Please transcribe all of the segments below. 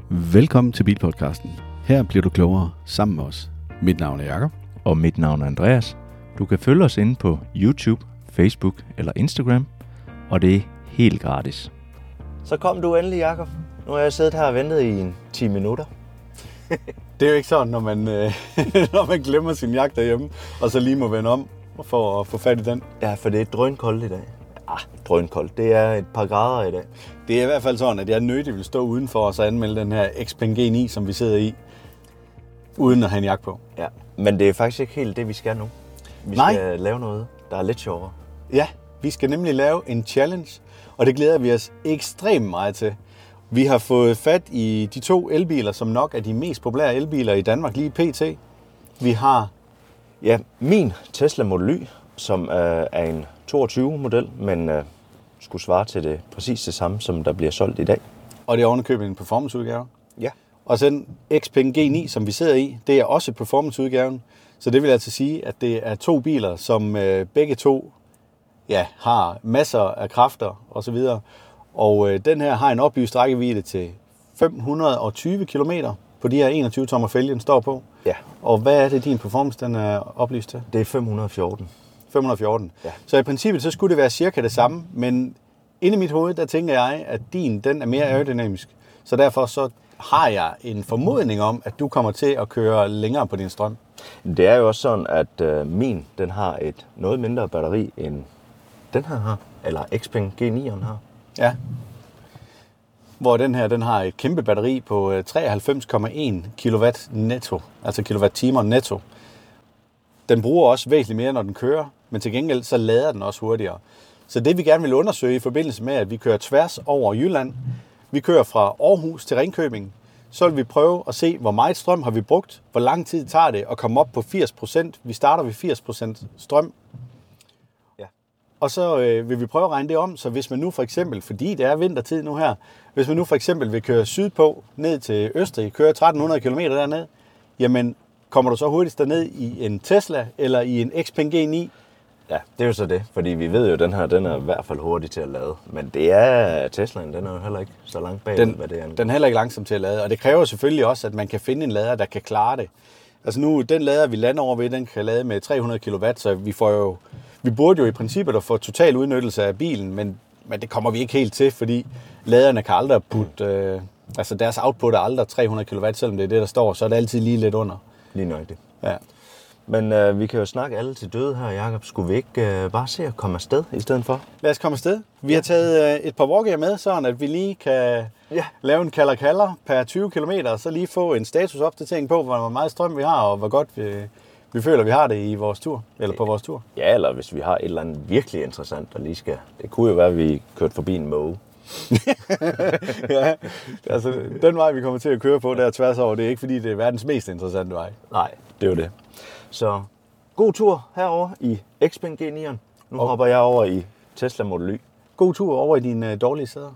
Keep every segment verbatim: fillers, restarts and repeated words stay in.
Velkommen til Bilpodcasten. Her bliver du klogere sammen med os. Mit navn er Jakob. Og mit navn er Andreas. Du kan følge os inde på YouTube, Facebook eller Instagram, og det er helt gratis. Så kom du endelig, Jakob. Nu har jeg siddet her og ventet i en ti minutter. Det er jo ikke sådan, når man, øh, når man glemmer sin jagt derhjemme, og så lige må vende om for at få fat i den. Ja, for det er drønkoldt i dag. Ah, drønkoldt. Det er et par grader i dag. Det er i hvert fald sådan, at jeg nødigt vil stå udenfor og så anmelde den her Xpeng G ni, som vi sidder i, uden at have en jagt på. Ja, men det er faktisk ikke helt det, vi skal nu. Vi Nej. skal lave noget, der er lidt sjovere. Ja, vi skal nemlig lave en challenge, og det glæder vi os ekstremt meget til. Vi har fået fat i de to elbiler, som nok er de mest populære elbiler i Danmark lige pt. Vi har Ja, min Tesla Model Y, som øh, er en toogtyve-model, men øh, skulle svare til det præcis det samme, som der bliver solgt i dag. Og det er ovenikøbet en performanceudgave. Ja. Og så den Xpeng G ni, som vi sidder i, det er også performanceudgaven. Så det vil altså sige, at det er to biler, som øh, begge to ja, har masser af kræfter osv. Og øh, den her har en oplyst rækkevidde til fem hundrede og tyve kilometer på de her enogtyve tommer fælgen står på. Ja. Og hvad er det, din performance den er oplyst til? Det er fem hundrede og fjorten. fem hundrede og fjorten. Ja. Så i princippet så skulle det være cirka det samme, men inde i mit hoved, der tænker jeg, at din den er mere aerodynamisk. Så derfor så har jeg en formodning om, at du kommer til at køre længere på din strøm. Det er jo også sådan, at øh, min den har et noget mindre batteri, end den her har, eller Xpeng G ni'eren har. Ja. Hvor den her, den har et kæmpe batteri på treoghalvfems komma en kilowatt netto, altså kilowatt-timer netto. Den bruger også væsentligt mere, når den kører, men til gengæld så lader den også hurtigere. Så det vi gerne vil undersøge i forbindelse med, at vi kører tværs over Jylland, vi kører fra Aarhus til Ringkøbing, så vil vi prøve at se, hvor meget strøm har vi brugt, hvor lang tid tager det at komme op på firs procent. Vi starter ved firs procent strøm. Ja. Og så øh, vil vi prøve at regne det om, så hvis man nu for eksempel, fordi det er vintertid nu her, hvis man nu for eksempel vil køre sydpå ned til Østrig, køre tretten hundrede kilometer derned, jamen kommer du så hurtigst derned i en Tesla eller i en Xpeng G ni? Ja, det er jo så det, fordi vi ved jo, at den her den er i hvert fald hurtig til at lade. Men det er Teslaen, den er jo heller ikke så langt bag, Den, hvad det er. den er heller ikke langsom til at lade, og det kræver selvfølgelig også, at man kan finde en lader, der kan klare det. Altså nu, den lader, vi lander over ved, den kan lade med tre hundrede kilowatt, så vi får jo, vi burde jo i princippet at få total udnyttelse af bilen, men, men det kommer vi ikke helt til, fordi laderne kan aldrig putte, øh, altså deres output er aldrig tre hundrede kilowatt, selvom det er det, der står, så er det altid lige lidt under. Lige nøjagtigt. Ja. Men øh, vi kan jo snakke alle til døde her, Jakob. Skulle vi ikke øh, bare se at komme afsted i stedet for? Lad os komme afsted. Vi har taget øh, et par walkgear med, sådan at vi lige kan Ja. lave en kalder-kalder per tyve kilometer, og så lige få en statusopdatering på, hvor meget strøm vi har, og hvor godt vi, vi føler, vi har det i vores tur, eller på vores tur. Ja, eller hvis vi har et eller andet virkelig interessant, der lige skal... Det kunne jo være, at vi kørte forbi en måge. Ja, altså den vej, vi kommer til at køre på, der tværs over, det er ikke fordi, det er verdens mest interessante vej. Nej, det er jo det. Så god tur herover i Xpeng G ni'eren. Nu Og- hopper jeg over i Tesla Model Y. God tur over i dine øh, dårlige sæder.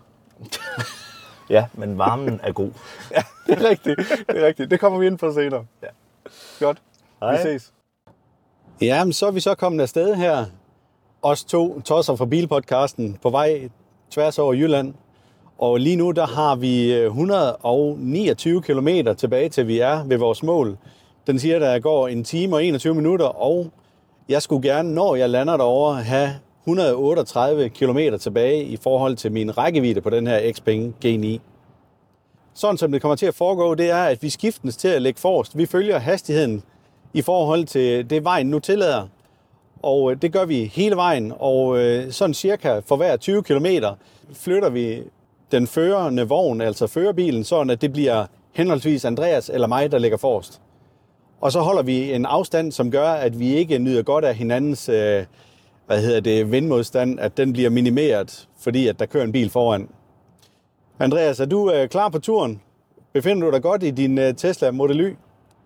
Ja, men varmen er god. Ja, det er rigtigt. Det er rigtigt. Det kommer vi ind på senere. Ja. Godt. Hej. Vi ses. Ja, men så er vi så kommet afsted her. Os to tosser fra Bilpodcasten på vej tværs over Jylland. Og lige nu, der har vi et hundrede og niogtyve kilometer tilbage til vi er ved vores mål. Den siger, der går en time og enogtyve minutter, og jeg skulle gerne, når jeg lander derovre, have et hundrede og otteogtredive kilometer tilbage i forhold til min rækkevidde på den her Xpeng G ni. Sådan som det kommer til at foregå, det er, at vi skiftes til at lægge forrest. Vi følger hastigheden i forhold til det, vejen nu tillader. Og det gør vi hele vejen, og sådan cirka for hver tyve kilometer flytter vi den førende vogn, altså førerbilen, sådan at det bliver henholdsvis Andreas eller mig, der ligger forrest. Og så holder vi en afstand, som gør, at vi ikke nyder godt af hinandens øh, hvad hedder det, vindmodstand, at den bliver minimeret, fordi at der kører en bil foran. Andreas, er du øh, klar på turen? Befinder du dig godt i din øh, Tesla Model Y?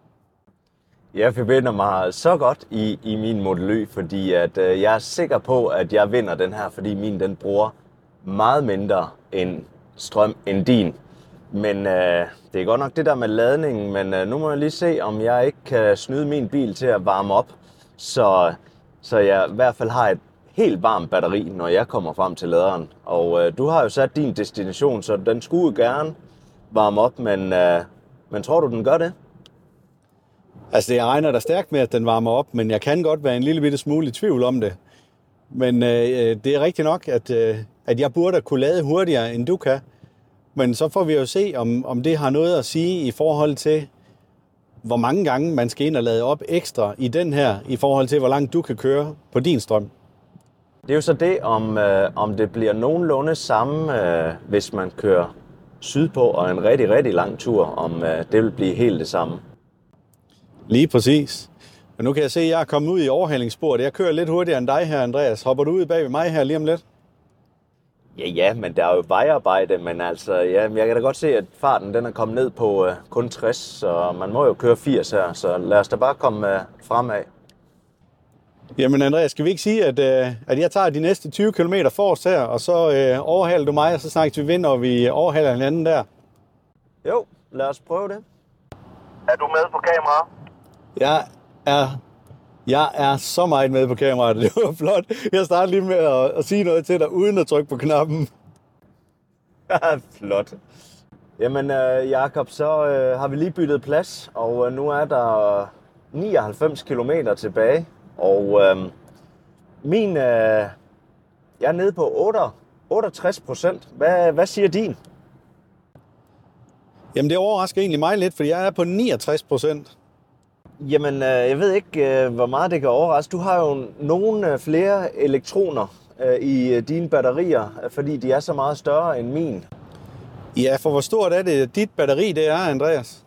Jeg forbinder mig så godt i, i min Model Y, fordi at, øh, jeg er sikker på, at jeg vinder den her, fordi min den bruger meget mindre end strøm end din. Men øh, det er godt nok det der med ladningen, men øh, nu må jeg lige se, om jeg ikke kan snyde min bil til at varme op, så, så jeg i hvert fald har et helt varmt batteri, når jeg kommer frem til laderen. Og øh, du har jo sat din destination, så den skulle jo gerne varme op, men, øh, men tror du, den gør det? Altså, jeg regner da stærkt med, at den varmer op, men jeg kan godt være en lille bitte smule i tvivl om det. Men øh, det er rigtigt nok, at, øh, at jeg burde kunne lade hurtigere, end du kan. Men så får vi jo se, om, om det har noget at sige i forhold til, hvor mange gange man skal ind og lade op ekstra i den her, i forhold til, hvor langt du kan køre på din strøm. Det er jo så det, om, øh, om det bliver nogenlunde samme, øh, hvis man kører sydpå og en rigtig, rigtig lang tur, om øh, det vil blive helt det samme. Lige præcis. Men nu kan jeg se, at jeg er kommet ud i overhalingssporet. Jeg kører lidt hurtigere end dig her, Andreas. Hopper du ud bag ved mig her lige om lidt? Ja, ja, men der er jo vejarbejde, men altså, ja, jeg kan da godt se, at farten den er kommet ned på øh, kun tres, så man må jo køre firs her, så lad os da bare komme øh, fremad. Jamen Andreas, skal vi ikke sige, at, øh, at jeg tager de næste tyve kilometer forrest her, og så øh, overhaler du mig, og så snakkes vi vind, og vi overhaler hinanden der? Jo, lad os prøve det. Er du med på kamera? Jeg er, jeg er så meget med på kameraet, det var flot. Jeg starter lige med at, at sige noget til dig, uden at trykke på knappen. Flot. Jamen øh, Jakob, så øh, har vi lige byttet plads, og øh, nu er der nioghalvfems kilometer tilbage. Og øh, min, øh, jeg er nede på otteogtres procent. Hvad, hvad siger din? Jamen det overrasker egentlig mig lidt, for jeg er på niogtres procent. Jamen, øh, jeg ved ikke, øh, hvor meget det kan overraske. Du har jo nogle øh, flere elektroner øh, i øh, dine batterier, fordi de er så meget større end min. Ja, for hvor stort er det, dit batteri det er, Andreas?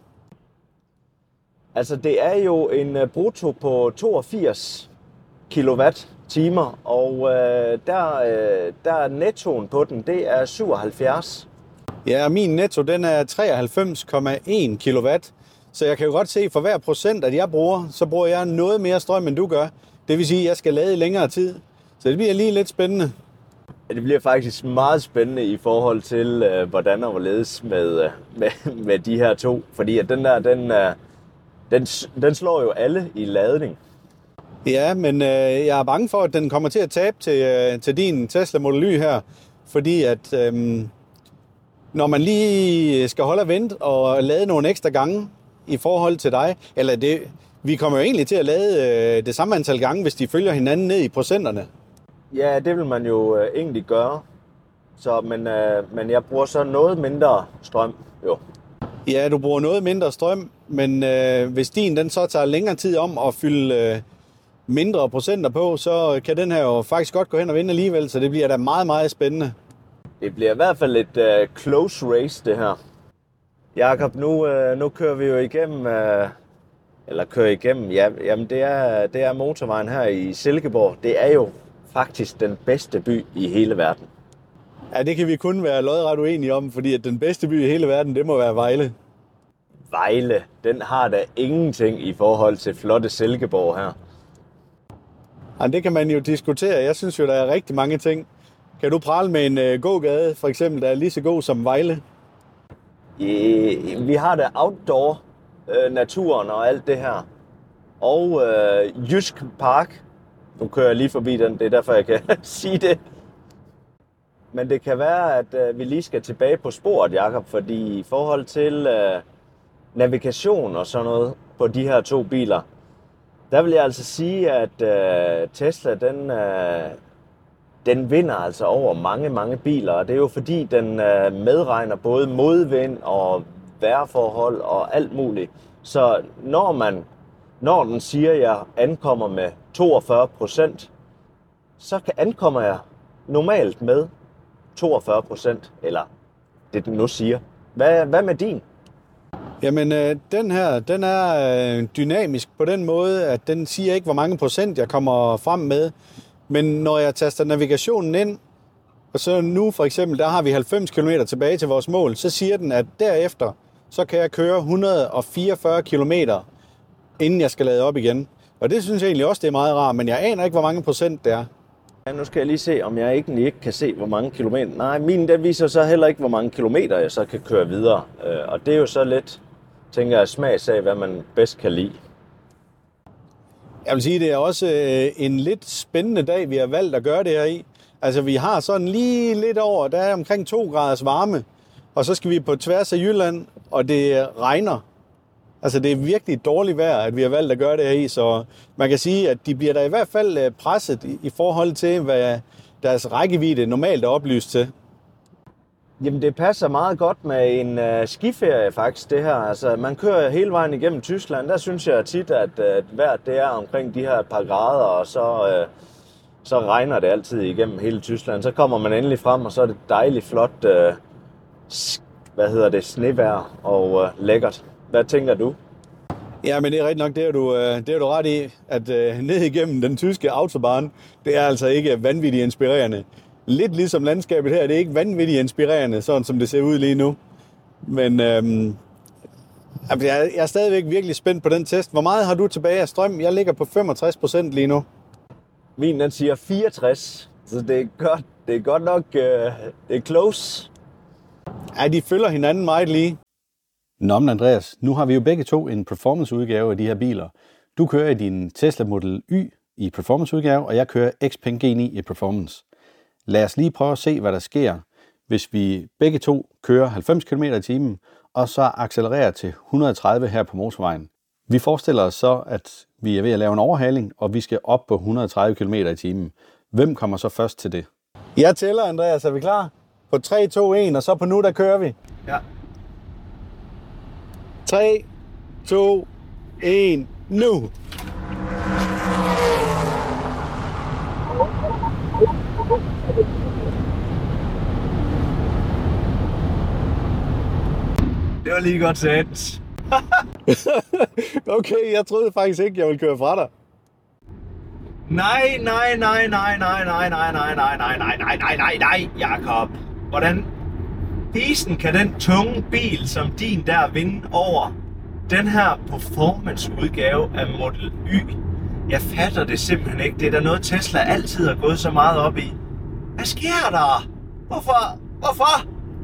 Altså, det er jo en øh, brutto på toogfirs kilowatt-timer, og øh, der, øh, der er nettoen på den, det er syvoghalvfjerds. Ja, min netto den er treoghalvfems komma en kilowatt. Så jeg kan jo godt se, for hver procent, at jeg bruger, så bruger jeg noget mere strøm, end du gør. Det vil sige, at jeg skal lade i længere tid. Så det bliver lige lidt spændende. Ja, det bliver faktisk meget spændende i forhold til, øh, hvordan og hvorledes med, øh, med, med de her to. Fordi at den der, den, øh, den, den slår jo alle i ladning. Ja, men øh, jeg er bange for, at den kommer til at tabe til, øh, til din Tesla Model Y her. Fordi at øh, når man lige skal holde og vente og lade nogle ekstra gange, i forhold til dig, eller det, vi kommer jo egentlig til at lade øh, det samme antal gange, hvis de følger hinanden ned i procenterne. Ja, det vil man jo øh, egentlig gøre. Så, men, øh, men jeg bruger så noget mindre strøm, jo. Ja, du bruger noget mindre strøm, men øh, hvis din den så tager længere tid om at fylde øh, mindre procenter på, så kan den her jo faktisk godt gå hen og vinde alligevel, så det bliver da meget, meget spændende. Det bliver i hvert fald et øh, close race, det her. Jakob, nu, øh, nu kører vi jo igennem, øh, eller kører igennem, ja, jamen det er, det er motorvejen her i Silkeborg. Det er jo faktisk den bedste by i hele verden. Ja, det kan vi kun være lodret uenige om, fordi at den bedste by i hele verden, det må være Vejle. Vejle, den har da ingenting i forhold til flotte Silkeborg her. Ja, det kan man jo diskutere. Jeg synes jo, der er rigtig mange ting. Kan du prale med en øh, gågade, for eksempel, der er lige så god som Vejle? Vi har da outdoor, øh, naturen og alt det her. Og øh, Jysk Park. Nu kører jeg lige forbi den, det er derfor, jeg kan sige det. Men det kan være, at øh, vi lige skal tilbage på sporet, Jakob, fordi i forhold til øh, navigation og sådan noget på de her to biler, der vil jeg altså sige, at øh, Tesla, den... Øh, Den vinder altså over mange, mange biler, og det er jo fordi, den øh, medregner både modvind og vejrforhold og alt muligt. Så når, man, når den siger, at jeg ankommer med toogfyrre procent, så kan, ankommer jeg normalt med toogfyrre procent, eller det den nu siger. Hvad, hvad med din? Jamen, øh, den her, den er øh, dynamisk på den måde, at den siger ikke, hvor mange procent jeg kommer frem med. Men når jeg taster navigationen ind, og så nu for eksempel, der har vi halvfems kilometer tilbage til vores mål, så siger den, at derefter, så kan jeg køre et hundrede og fireogfyrre kilometer, inden jeg skal lade op igen. Og det synes jeg egentlig også, det er meget rart, men jeg aner ikke, hvor mange procent det er. Ja, nu skal jeg lige se, om jeg egentlig ikke kan se, hvor mange kilometer. Nej, min den viser så heller ikke, hvor mange kilometer jeg så kan køre videre. Og det er jo så lidt, tænker jeg, smagsag, hvad man bedst kan lide. Jeg vil sige, det er også en lidt spændende dag, vi har valgt at gøre det her i. Altså, vi har sådan lige lidt over, der er omkring to graders varme. og så skal vi på tværs af Jylland, og det regner. Altså det er virkelig dårligt vejr, at vi har valgt at gøre det her i, så man kan sige, at de bliver da i hvert fald presset i, i forhold til, hvad deres rækkevidde normalt er oplyst til. Jamen det passer meget godt med en uh, skiferie faktisk det her. Altså man kører hele vejen igennem Tyskland. Der synes jeg tit, at uh, vejret det er omkring de her par grader, og så, uh, så regner det altid igennem hele Tyskland. Så kommer man endelig frem, og så er det dejligt flot, uh, hvad hedder det, snevejr og uh, lækkert. Hvad tænker du? Ja, men det er rigtig nok, det er du, det er du ret i, at uh, ned igennem den tyske autobahn, det er altså ikke vanvittigt inspirerende. Lidt ligesom landskabet her, det er ikke vanvittigt inspirerende, sådan som det ser ud lige nu. Men øhm, jeg er stadigvæk virkelig spændt på den test. Hvor meget har du tilbage af strøm? Jeg ligger på femogtres procent lige nu. Min den siger fireogtres, så det er godt, det er godt nok uh, det er close. Ja, de følger hinanden meget lige. Nå, men Andreas, nu har vi jo begge to en performance-udgave af de her biler. Du kører i din Tesla Model Y i performance-udgave, og jeg kører Xpeng G ni i performance. Lad os lige prøve at se, hvad der sker, hvis vi begge to kører halvfems kilometer i timen, og så accelererer til et hundrede og tredive her på motorvejen. Vi forestiller os så, at vi er ved at lave en overhaling, og vi skal op på et hundrede og tredive kilometer i timen. Hvem kommer så først til det? Jeg tæller, Andreas. Er vi klar? På tre, to, et, og så på nu, der kører vi. Ja. tre, to, et, nu! Det var lige godt sat. Okay, jeg troede faktisk ikke, jeg ville køre fra dig. Nej, nej, nej, nej, nej, nej, nej, nej, nej, nej, nej, nej, nej, nej, nej, Jakob. Hvordan isen kan den tunge bil som din der vinde over den her performance-udgave af Model Y? Jeg fatter det simpelthen ikke. Det er da noget, Tesla altid har gået så meget op i. Hvad sker der? Hvorfor? Hvorfor?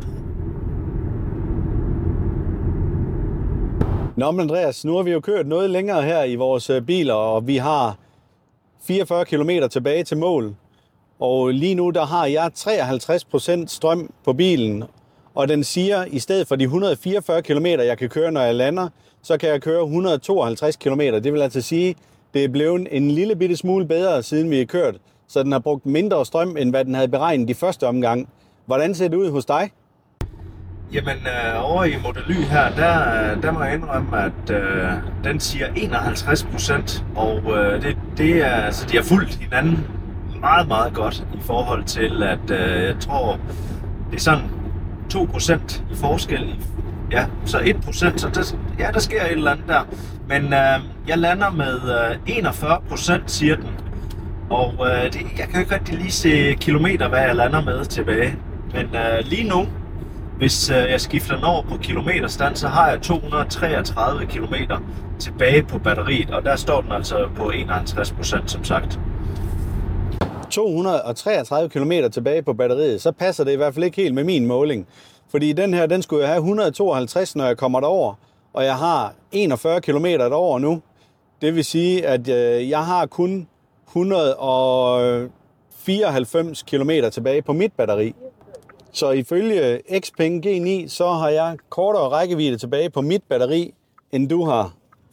Nå, men Andreas, nu har vi jo kørt noget længere her i vores biler, og vi har fireogfyrre kilometer tilbage til mål. Og lige nu, der har jeg treoghalvtreds procent strøm på bilen, og den siger, at i stedet for de et hundrede og fireogfyrre kilometer, jeg kan køre, når jeg lander, så kan jeg køre et hundrede og tooghalvtreds kilometer. Det vil altså sige, at det er blevet en lille bitte smule bedre, siden vi er kørt, så den har brugt mindre strøm, end hvad den havde beregnet i første omgang. Hvordan ser det ud hos dig? Jamen, øh, over i Model Y her, der, der må jeg indrømme, at øh, den siger enoghalvtreds procent, og øh, det, det er, altså, de har fulgt hinanden meget, meget godt i forhold til, at øh, jeg tror, det er sådan to procent i forskel. Ja, så et procent, så der, ja, der sker et eller andet der. Men øh, jeg lander med øh, enogfyrre procent, siger den, og øh, det, jeg kan jo ikke rigtig lige se kilometer, hvad jeg lander med tilbage. Men øh, lige nu, hvis øh, jeg skifter den over på kilometerstand, så har jeg to hundrede og treogtredive kilometer tilbage på batteriet, og der står den altså på enoghalvtreds procent, som sagt. to hundrede og treogtredive kilometer tilbage på batteriet, så passer det i hvert fald ikke helt med min måling. Fordi den her, den skulle jeg have et hundrede og tooghalvtreds, når jeg kommer derover, og jeg har enogfyrre kilometer derover nu. Det vil sige, at øh, jeg har kun et hundrede og fireoghalvfems kilometer tilbage på mit batteri. Så ifølge Xpeng G ni, så har jeg kortere rækkevidde tilbage på mit batteri, end du har.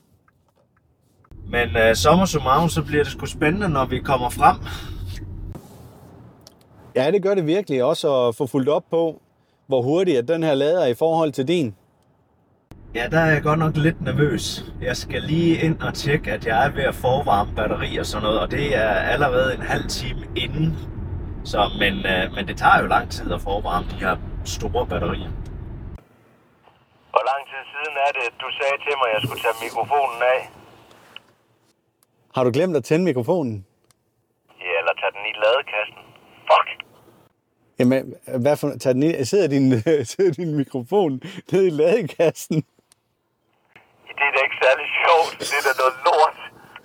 Men øh, sommer summarum, så bliver det sgu spændende, når vi kommer frem. Ja, det gør det virkelig også at få fulgt op på, hvor hurtigt at den her lader er i forhold til din. Ja, der er jeg godt nok lidt nervøs. Jeg skal lige ind og tjekke, at jeg er ved at forvarme batteri og sådan noget, og det er allerede en halv time inden. Så, men, øh, men det tager jo lang tid at forvarme de her store batterier. Hvor lang tid siden er det, du sagde til mig, at jeg skulle tage mikrofonen af? Har du glemt at tænde mikrofonen? Ja, eller tage den i ladekassen. Fuck! Jamen, hvad for, tag den i, sidder, din, sidder din mikrofon nede i ladekassen? Det er da ikke særlig sjovt. Det er da noget lort.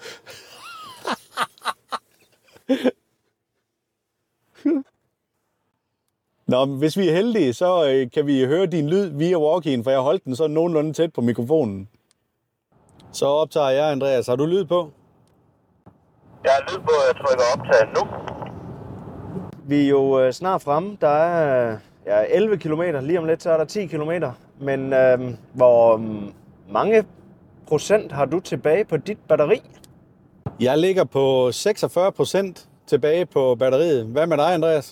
Nå, hvis vi er heldige, så øh, kan vi høre din lyd via walkien, for jeg holdt den så nogenlunde tæt på mikrofonen. Så optager jeg, Andreas. Har du lyd på? Jeg har lyd på, jeg trykker optag nu. Vi er jo øh, snart fremme. Der er ja, elleve kilometer. Lige om lidt, så er der ti kilometer. Men øh, hvor mange procent har du tilbage på dit batteri? Jeg ligger på seksogfyrre procent tilbage på batteriet. Hvad med dig, Andreas?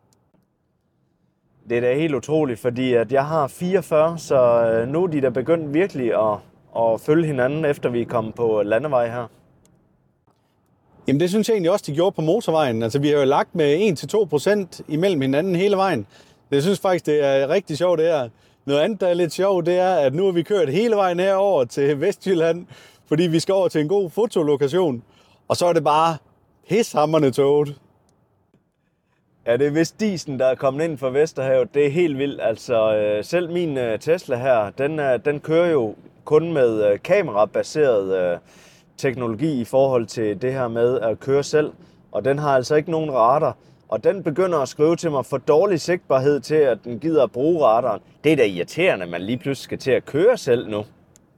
Det er da helt utroligt, fordi at jeg har fireogfyrre, så nu er de da begyndt virkelig at, at følge hinanden, efter vi er kommet på landevej her. Jamen det synes jeg egentlig også, de gjorde på motorvejen. Altså vi har jo lagt med en til to procent imellem hinanden hele vejen. Jeg synes faktisk, det er rigtig sjovt det her. Noget andet, der er lidt sjovt, det er, at nu har vi kørt hele vejen herover til Vestjylland, fordi vi skal over til en god fotolokation. Og så er det bare pishamrende tåget. Ja, det er vist disen, der er kommet ind fra Vesterhavet. Det er helt vildt. Altså, øh, selv min øh, Tesla her, den, øh, den kører jo kun med øh, kamerabaseret øh, teknologi i forhold til det her med at køre selv. Og den har altså ikke nogen radar. Og den begynder at skrive til mig for dårlig sigtbarhed til, at den gider at bruge radaren. Det er da irriterende, at man lige pludselig skal til at køre selv nu.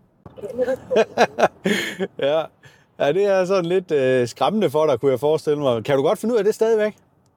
ja. ja, det er sådan lidt øh, skræmmende for dig, kunne jeg forestille mig. Kan du godt finde ud af det stadigvæk?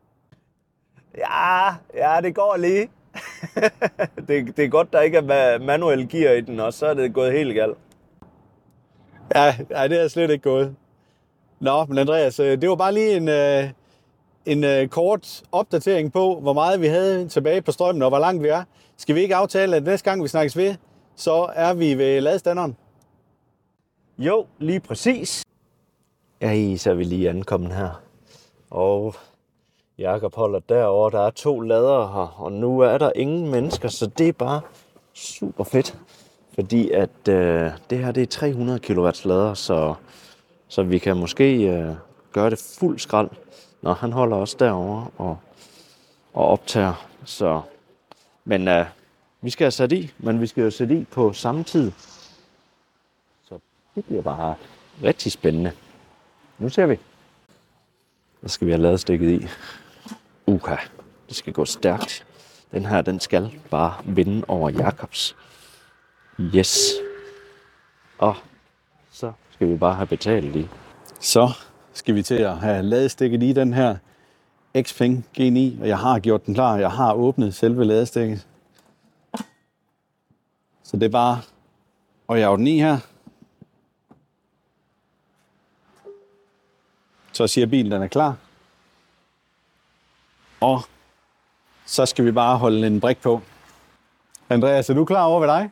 Ja, ja, det går lige. det, det er godt, der ikke er manuel gear i den, og så er det gået helt galt. Ja, ja, det er slet ikke gået. Nå, men Andreas, det var bare lige en, en kort opdatering på, hvor meget vi havde tilbage på strømmen, og hvor langt vi er. Skal vi ikke aftale, at næste gang vi snakkes ved, så er vi ved ladestanderen? Jo, lige præcis. Ja, så er vi lige ankommet her. Og Jakob holder derovre, der er to ladere her, og nu er der ingen mennesker, så det er bare super fedt. Fordi at øh, det her det er tre hundrede kilowatt lader, så, så vi kan måske øh, gøre det fuld skrald, når han holder også derovre og, og optager. Så, men øh, vi skal have sat i, men vi skal jo sætte i på samme tid. Så det bliver bare rigtig spændende. Nu ser vi. Så skal vi have ladestikket i. Uha, det skal gå stærkt. Den her, den skal bare vinde over Jakobs. Yes. Og så skal vi bare have betalt i. Så skal vi til at have ladestikket i den her Xpeng G ni, og jeg har gjort den klar. Jeg har åbnet selve ladestikket. Så det er bare at jage den i her. Så siger bilen, den er klar. Og så skal vi bare holde en brik på. Andreas, er du klar over ved dig?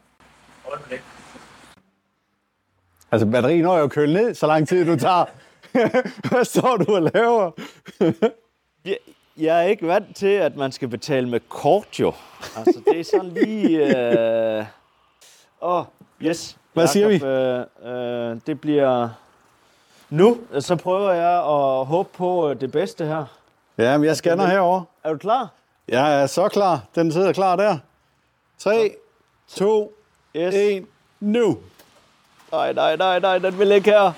Altså, batteriet når jo at køle ned, så lang tid du tager. Hvad står du og laver? jeg, jeg er ikke vant til, at man skal betale med kort, jo. Altså, det er sådan lige... Åh, øh... oh, yes. Hvad siger Jacob, vi? Øh, øh, det bliver... Nu, så prøver jeg at håbe på det bedste her. Ja, men jeg scanner herover. Er du klar? Jeg er så klar. Den sidder klar der. tre, to, yes. et, nu! Nej, nej, nej, nej, den vil ikke her.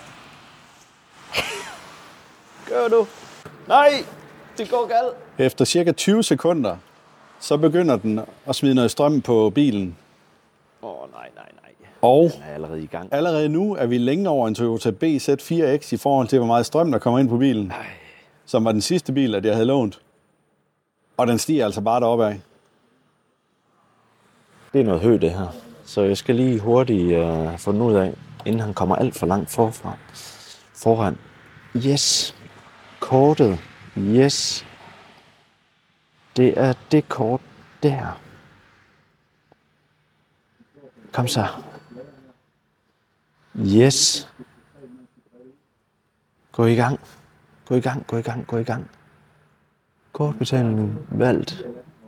Gør du? Nej, det går galt. Efter cirka tyve sekunder, så begynder den at smide noget strøm på bilen. Åh, oh, nej, nej, nej. Og den er allerede i gang. Allerede nu er vi længe over en Toyota B Z fire X i forhold til, hvor meget strøm, der kommer ind på bilen. Ej. Som var den sidste bil, at jeg havde lånt. Og den stiger altså bare deroppe af. Det er noget højt, det her. Så jeg skal lige hurtigt uh, få den ud af, inden han kommer alt for langt forfra. Foran. Yes. Kortet. Yes. Det er det kort der. Kom så. Yes. Gå i gang. Gå i gang, gå i gang, gå i gang. Kortbetaling valgt.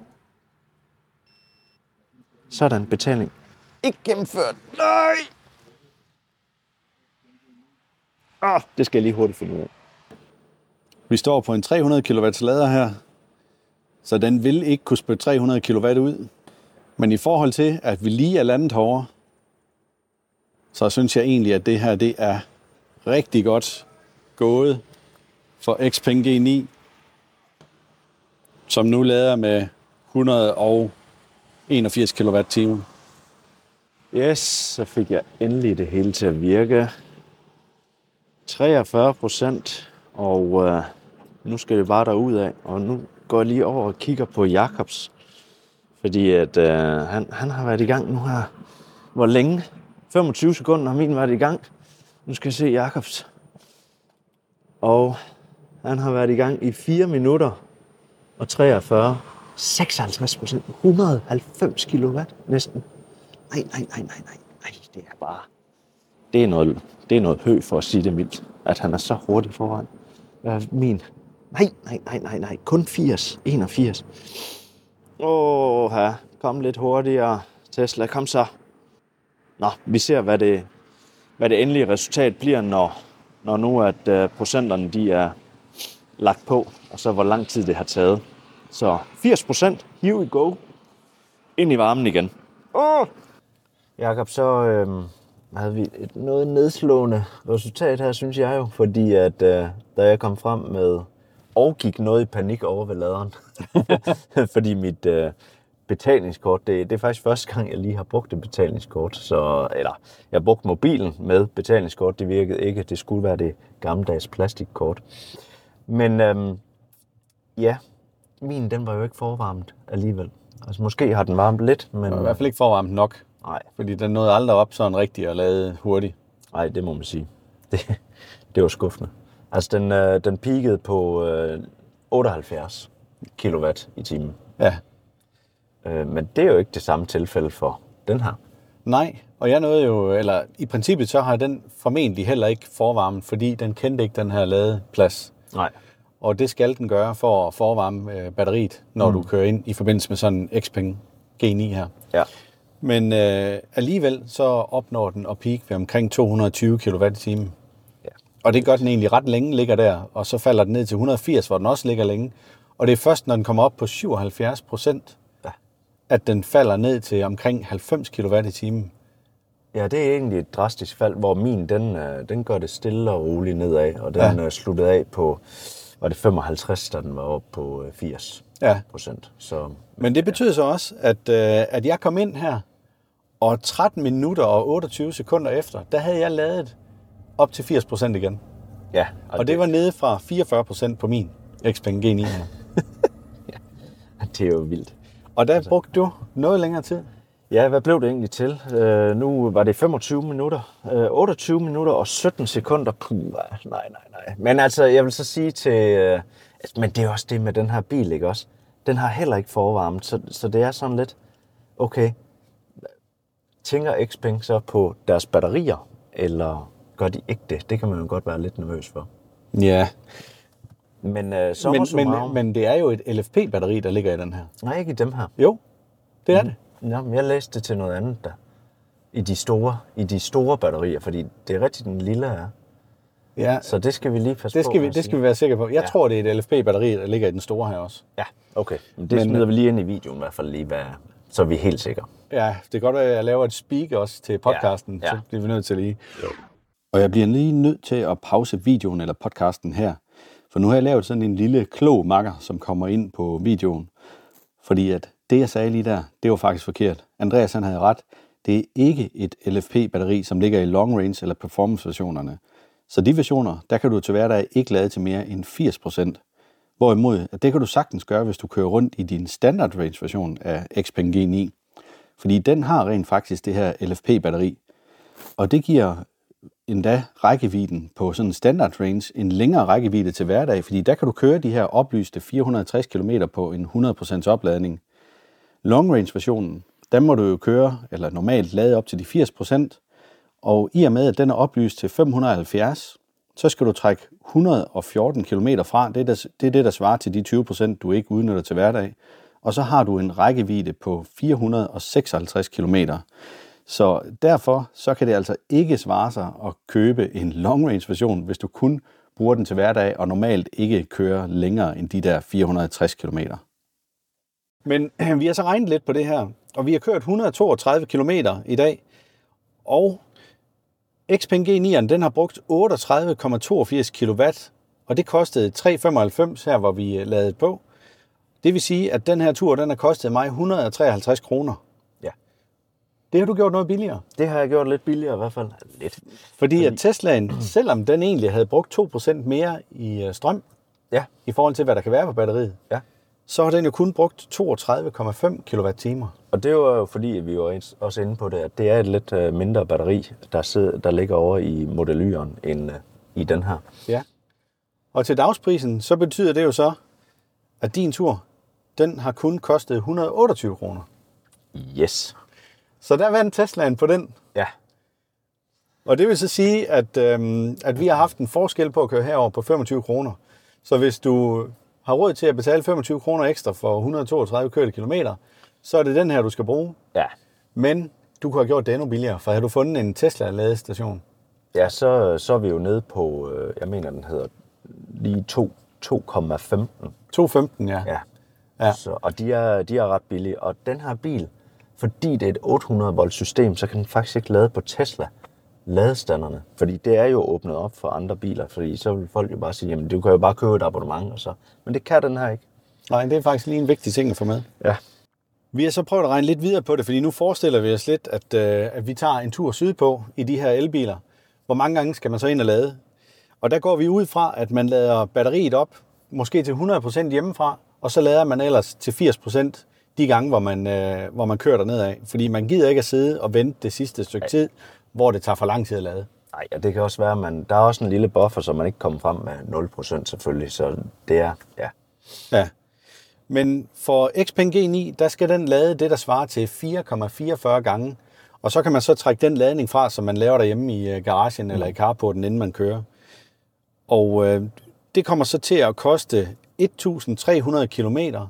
Sådan, betaling. Ikke gennemført. Nej! Ah, det skal jeg lige hurtigt finde ud af. Vi står på en tre hundrede kilowatt lader her, så den vil ikke kunne spytte tre hundrede kilowatt ud. Men i forhold til, at vi lige er landet herovre, så synes jeg egentlig, at det her det er rigtig godt gået for Xpeng G ni, som nu lader med et hundrede og enogfirs kilowatt-timer. Yes, så fik jeg endelig det hele til at virke. treogfyrre procent, og øh, nu skal det bare derud af. Og nu går jeg lige over og kigger på Jakobs. Fordi at, øh, han, han har været i gang nu her. Hvor længe? femogtyve sekunder har min været i gang. Nu skal jeg se Jakobs. Og han har været i gang i fire minutter og treogfyrre. seksoghalvtreds procent. et hundrede og halvfems kilowatt næsten. Nej, nej, nej, nej, nej. Nej, det er bare... Det er noget, det er noget højt for at sige det mildt, at han er så hurtig foran. Hvad er min? Nej, nej, nej, nej, nej. Kun firs. enogfirs. Åh, ja. Kom lidt hurtigere. Tesla, kom så. Nå, vi ser, hvad det, hvad det endelige resultat bliver, når, når nu at uh, procenterne de er lagt på, og så hvor lang tid det har taget. Så firs procent, here we go. Ind i varmen igen. Åh! Jakob, så øh, havde vi et noget nedslående resultat her, synes jeg jo. Fordi at øh, da jeg kom frem med, og gik noget i panik over ved laderen. fordi mit øh, betalingskort, det, det er faktisk første gang, jeg lige har brugt et betalingskort. Så, eller, jeg har brugt mobilen med betalingskort, det virkede ikke. Det skulle være det gammeldags plastikkort. Men øhm, ja, min den var jo ikke forvarmet alligevel. Altså måske har den varmet lidt, men... I hvert fald ikke forvarmet nok. Nej. Fordi den nåede aldrig op sådan rigtigt og lade hurtigt. Nej, det må man sige. Det, det var skuffende. Altså den, øh, den peakede på øh, otteoghalvfjerds kilowatt i timen. Ja. Øh, men det er jo ikke det samme tilfælde for den her. Nej, og jeg nåede jo, eller i princippet så har den formentlig heller ikke forvarmet, fordi den kendte ikke den her ladeplads. Nej. Og det skal den gøre for at forvarme øh, batteriet, når mm. du kører ind i forbindelse med sådan en Xpeng G ni her. Ja. Men øh, alligevel så opnår den at peak ved omkring to hundrede og tyve kilowatt i timen. Ja. Og det gør den egentlig ret længe ligger der, og så falder den ned til et hundrede og firs, hvor den også ligger længe. Og det er først, når den kommer op på syvoghalvfjerds procent, ja. at den falder ned til omkring halvfems kilowatt i timen. Ja, det er egentlig et drastisk fald, hvor min, den, den gør det stille og roligt nedad, og den ja. sluttede af på, var det femoghalvtreds, da den var oppe på firs procent. Ja. Så, men det betyder ja. så også, at, at jeg kom ind her, og tretten minutter og otteogtyve sekunder efter, der havde jeg ladet op til firs procent igen. Ja. Og, og det, det var nede fra fireogfyrre procent på min Xpeng G ni. Ja, det er jo vildt. Og der brugte du noget længere tid. Ja, hvad blev det egentlig til? Uh, nu var det femogtyve minutter. Uh, otteogtyve minutter og sytten sekunder. Puh, nej, nej, nej. Men altså, jeg vil så sige til... Uh, men det er også det med den her bil, ikke også? Den har heller ikke forvarmet, så, så det er sådan lidt... Okay, tænker Xpeng så på deres batterier, eller gør de ikke det? Det kan man jo godt være lidt nervøs for. Ja. Men, uh, men, men, men det er jo et L F P-batteri, der ligger i den her. Nej, ikke i dem her. Jo, det er mm. det. Jamen, jeg læste det til noget andet der. I de store, i de store batterier, fordi det er rigtig den lille er. Ja. Så det skal vi lige passe det skal på. Vi, det skal vi være sikre på. Jeg ja. tror, det er et L F P-batteri, der ligger i den store her også. Ja, okay. Men det Men, smider vi lige ind i videoen i hvert fald lige, hvad, så er vi helt sikre. Ja, det er godt, at jeg laver et speak også til podcasten, ja. Ja. Så bliver vi nødt til lige. Jo. Og jeg bliver lige nødt til at pause videoen eller podcasten her. For nu har jeg lavet sådan en lille klog makker, som kommer ind på videoen. Fordi at det, jeg sagde lige der, det var faktisk forkert. Andreas, han havde ret. Det er ikke et L F P-batteri, som ligger i long range eller performance-versionerne. Så de versioner, der kan du til hverdag ikke lade til mere end firs procent. Hvorimod, at det kan du sagtens gøre, hvis du kører rundt i din standard range-version af Xpeng G ni. Fordi den har rent faktisk det her L F P-batteri. Og det giver endda rækkevidden på sådan en standard range en længere rækkevidde til hverdag, fordi der kan du køre de her oplyste fire hundrede og tres kilometer på en hundrede procent opladning. Long range versionen, der må du jo køre, eller normalt lade op til de firs procent, og i og med at den er oplyst til fem hundrede og halvfjerds, så skal du trække et hundrede og fjorten kilometer fra. Det er, der, det er det, der svarer til de tyve procent, du ikke udnytter til hverdag. Og så har du en rækkevidde på fire hundrede og seksoghalvtreds kilometer. Så derfor så kan det altså ikke svare sig at købe en long range version, hvis du kun bruger den til hverdag og normalt ikke kører længere end de der fire hundrede og tres kilometer. Men øh, vi har så regnet lidt på det her, og vi har kørt et hundrede og toogtredive kilometer i dag, og Xpeng G ni'eren, den har brugt otteogtredive komma toogfirs kilowatt, og det kostede tre komma femoghalvfems her, hvor vi ladede på. Det vil sige, at den her tur, den har kostet mig et hundrede og treoghalvtreds kroner. Ja. Det har du gjort noget billigere. Det har jeg gjort lidt billigere i hvert fald. Lidt. Fordi, Fordi... at Teslaen, selvom den egentlig havde brugt to procent mere i strøm, ja. i forhold til, hvad der kan være på batteriet, ja. så har den jo kun brugt toogtredive komma fem kilowatt-timer. Og det var jo fordi, at vi var også inde på det, at det er et lidt mindre batteri, der, sidder, der ligger over i Model Y'eren, end i den her. Ja. Og til dagsprisen, så betyder det jo så, at din tur, den har kun kostet et hundrede og otteogtyve kroner. Yes. Så der vandt Teslaen på den. Ja. Og det vil så sige, at, øhm, at vi har haft en forskel på at køre herover på femogtyve kroner. Så hvis du har råd til at betale femogtyve kroner ekstra for et hundrede og toogtredive kørte kilometer, så er det den her, du skal bruge. Ja. Men du kunne have gjort det endnu billigere, for har du fundet en Tesla-ladestation? Ja, så, så er vi jo nede på, jeg mener, den hedder lige to komma femten. to komma femten, ja. Ja. Ja. Så, og de er, de er ret billige. Og den her bil, fordi det er et otte hundrede volt system, så kan den faktisk ikke lade på Tesla ladestanderne. Fordi det er jo åbnet op for andre biler, fordi så vil folk jo bare sige, jamen du kan jo bare købe et abonnement og så. Men det kan den her ikke. Nej, det er faktisk lige en vigtig ting at få med. Ja. Vi har så prøvet at regne lidt videre på det, fordi nu forestiller vi os lidt, at, øh, at vi tager en tur sydpå i de her elbiler. Hvor mange gange skal man så ind og lade? Og der går vi ud fra, at man lader batteriet op, måske til hundrede procent hjemmefra, og så lader man ellers til firs procent de gange, hvor man, øh, hvor man kører derned af. Fordi man gider ikke at sidde og vente det sidste stykke tid, hvor det tager for lang tid at lade. Nej, ja, det kan også være, at man, der er også en lille buffer, så man ikke kommer frem med nul procent selvfølgelig, så det er, ja. Ja. Men for Xpeng G ni, der skal den lade det, der svarer til fire komma fireogfyrre gange. Og så kan man så trække den ladning fra, som man laver derhjemme i garagen eller i carporten, inden man kører. Og øh, det kommer så til at koste et tusind tre hundrede kilometer.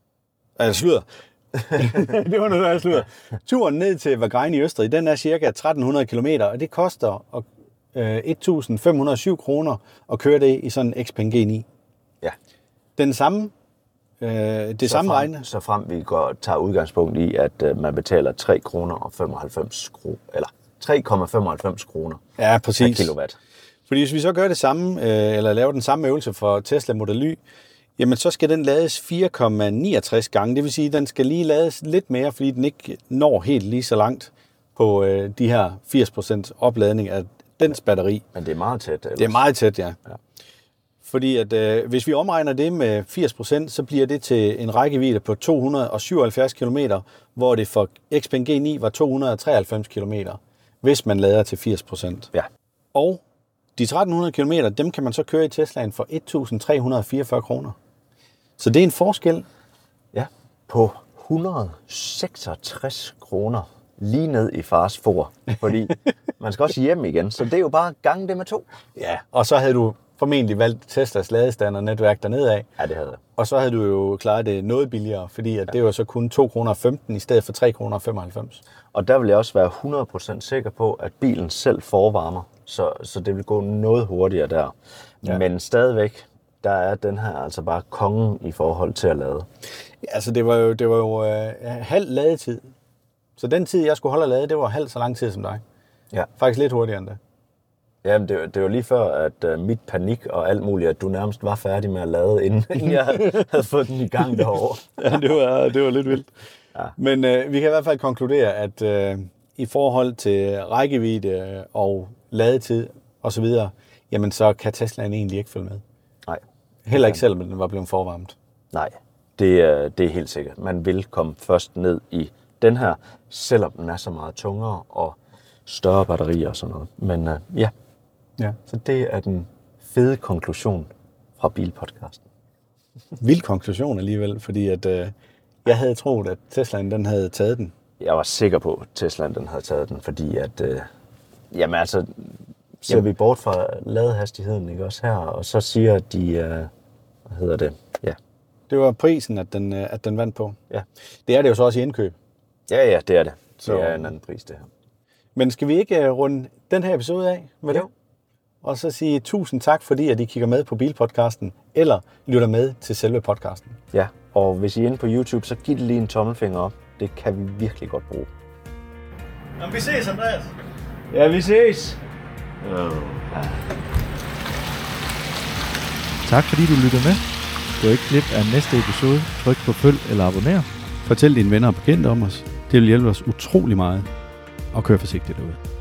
Altså slutter. Det var noget, der slutter. Turen ned til Wagrain i Østrig, den er cirka tretten hundrede kilometer, og det koster øh, et tusind fem hundrede og syv kroner at køre det i sådan en Xpeng G ni. Ja. Den samme, øh, det så samme frem, regne. Så frem vi går, tager udgangspunkt i, at øh, man betaler tre kroner og femoghalvfems kroner, eller tre komma femoghalvfems kroner Ja, præcis. per kilowatt. Fordi hvis vi så gør det samme, øh, eller laver den samme øvelse for Tesla Model Y, jamen så skal den lades fire komma niogtres gange. Det vil sige, at den skal lige lades lidt mere, fordi den ikke når helt lige så langt på øh, de her firs procent opladning af dens batteri. Men det er meget tæt. Ellers. Det er meget tæt, ja. Ja. Fordi at, øh, hvis vi omregner det med firs procent, så bliver det til en rækkevidde på to hundrede og syvoghalvfjerds kilometer, hvor det for Xpeng G ni var to hundrede og treoghalvfems kilometer, hvis man lader til firs procent. Ja. Og de tretten hundrede kilometer, dem kan man så køre i Teslaen for et tusind tre hundrede og fireogfyrre kroner. Så det er en forskel. Ja, på et hundrede og seksogtres kroner lige ned i fars for, fordi man skal også hjem igen, så det er jo bare gange det med to. Ja, og så havde du formentlig valgt Teslas ladestandernetværk dernede af. Ja, det havde jeg. Og så havde du jo klaret det noget billigere, fordi at ja. det var så kun to kroner og femten i stedet for tre kroner og femoghalvfems. Og der vil jeg også være hundrede procent sikker på, at bilen selv forvarmer, så, så det vil gå noget hurtigere der. Ja. Men stadigvæk, der er den her altså bare kongen i forhold til at lade. Ja, altså det var jo, det var jo øh, halv ladetid. Så den tid, jeg skulle holde at lade, det var halv så lang tid som dig. Ja. Faktisk lidt hurtigere end det. Jamen, det, det var lige før, at uh, mit panik og alt muligt, at du nærmest var færdig med at lade, inden jeg havde fået den i gang derovre. Ja, det var, det var lidt vildt. Ja. Men øh, vi kan i hvert fald konkludere, at øh, i forhold til rækkevidde og ladetid osv., jamen så kan Teslaen egentlig ikke følge med. Nej. Heller ikke selvom den var blevet forvarmet. Nej, det er, det er helt sikkert. Man vil komme først ned i den her, selvom den er så meget tungere og større batterier og sådan noget. Men øh, ja. ja, så det er den fede konklusion fra Bilpodcasten. Vild konklusion alligevel, fordi at, øh, jeg havde troet, at Teslaen den havde taget den. Jeg var sikker på, at Teslaen den havde taget den, fordi at, øh, jamen altså, ser jamen. vi bort fra ladehastigheden, ikke også her, og så siger de, øh, hvad hedder det, ja. Det var prisen, at den, øh, at den vandt på. Ja. Det er det jo så også i indkøb. Ja, ja, det er det. Så. Det er en anden pris, det her. Men skal vi ikke uh, runde den her episode af med jo. det? Og så sige tusind tak, fordi at I kigger med på Bilpodcasten, eller lytter med til selve podcasten. Ja, og hvis I er inde på YouTube, så giv det lige en tommelfinger op. Det kan vi virkelig godt bruge. Jamen, vi ses, Andreas. Ja, vi ses. Oh. Tak fordi du lyttede med. Gå ikke glip af næste episode. Tryk på følg eller abonner. Fortæl dine venner og bekendte om os. Det vil hjælpe os utrolig meget. Og kør forsigtigt derude.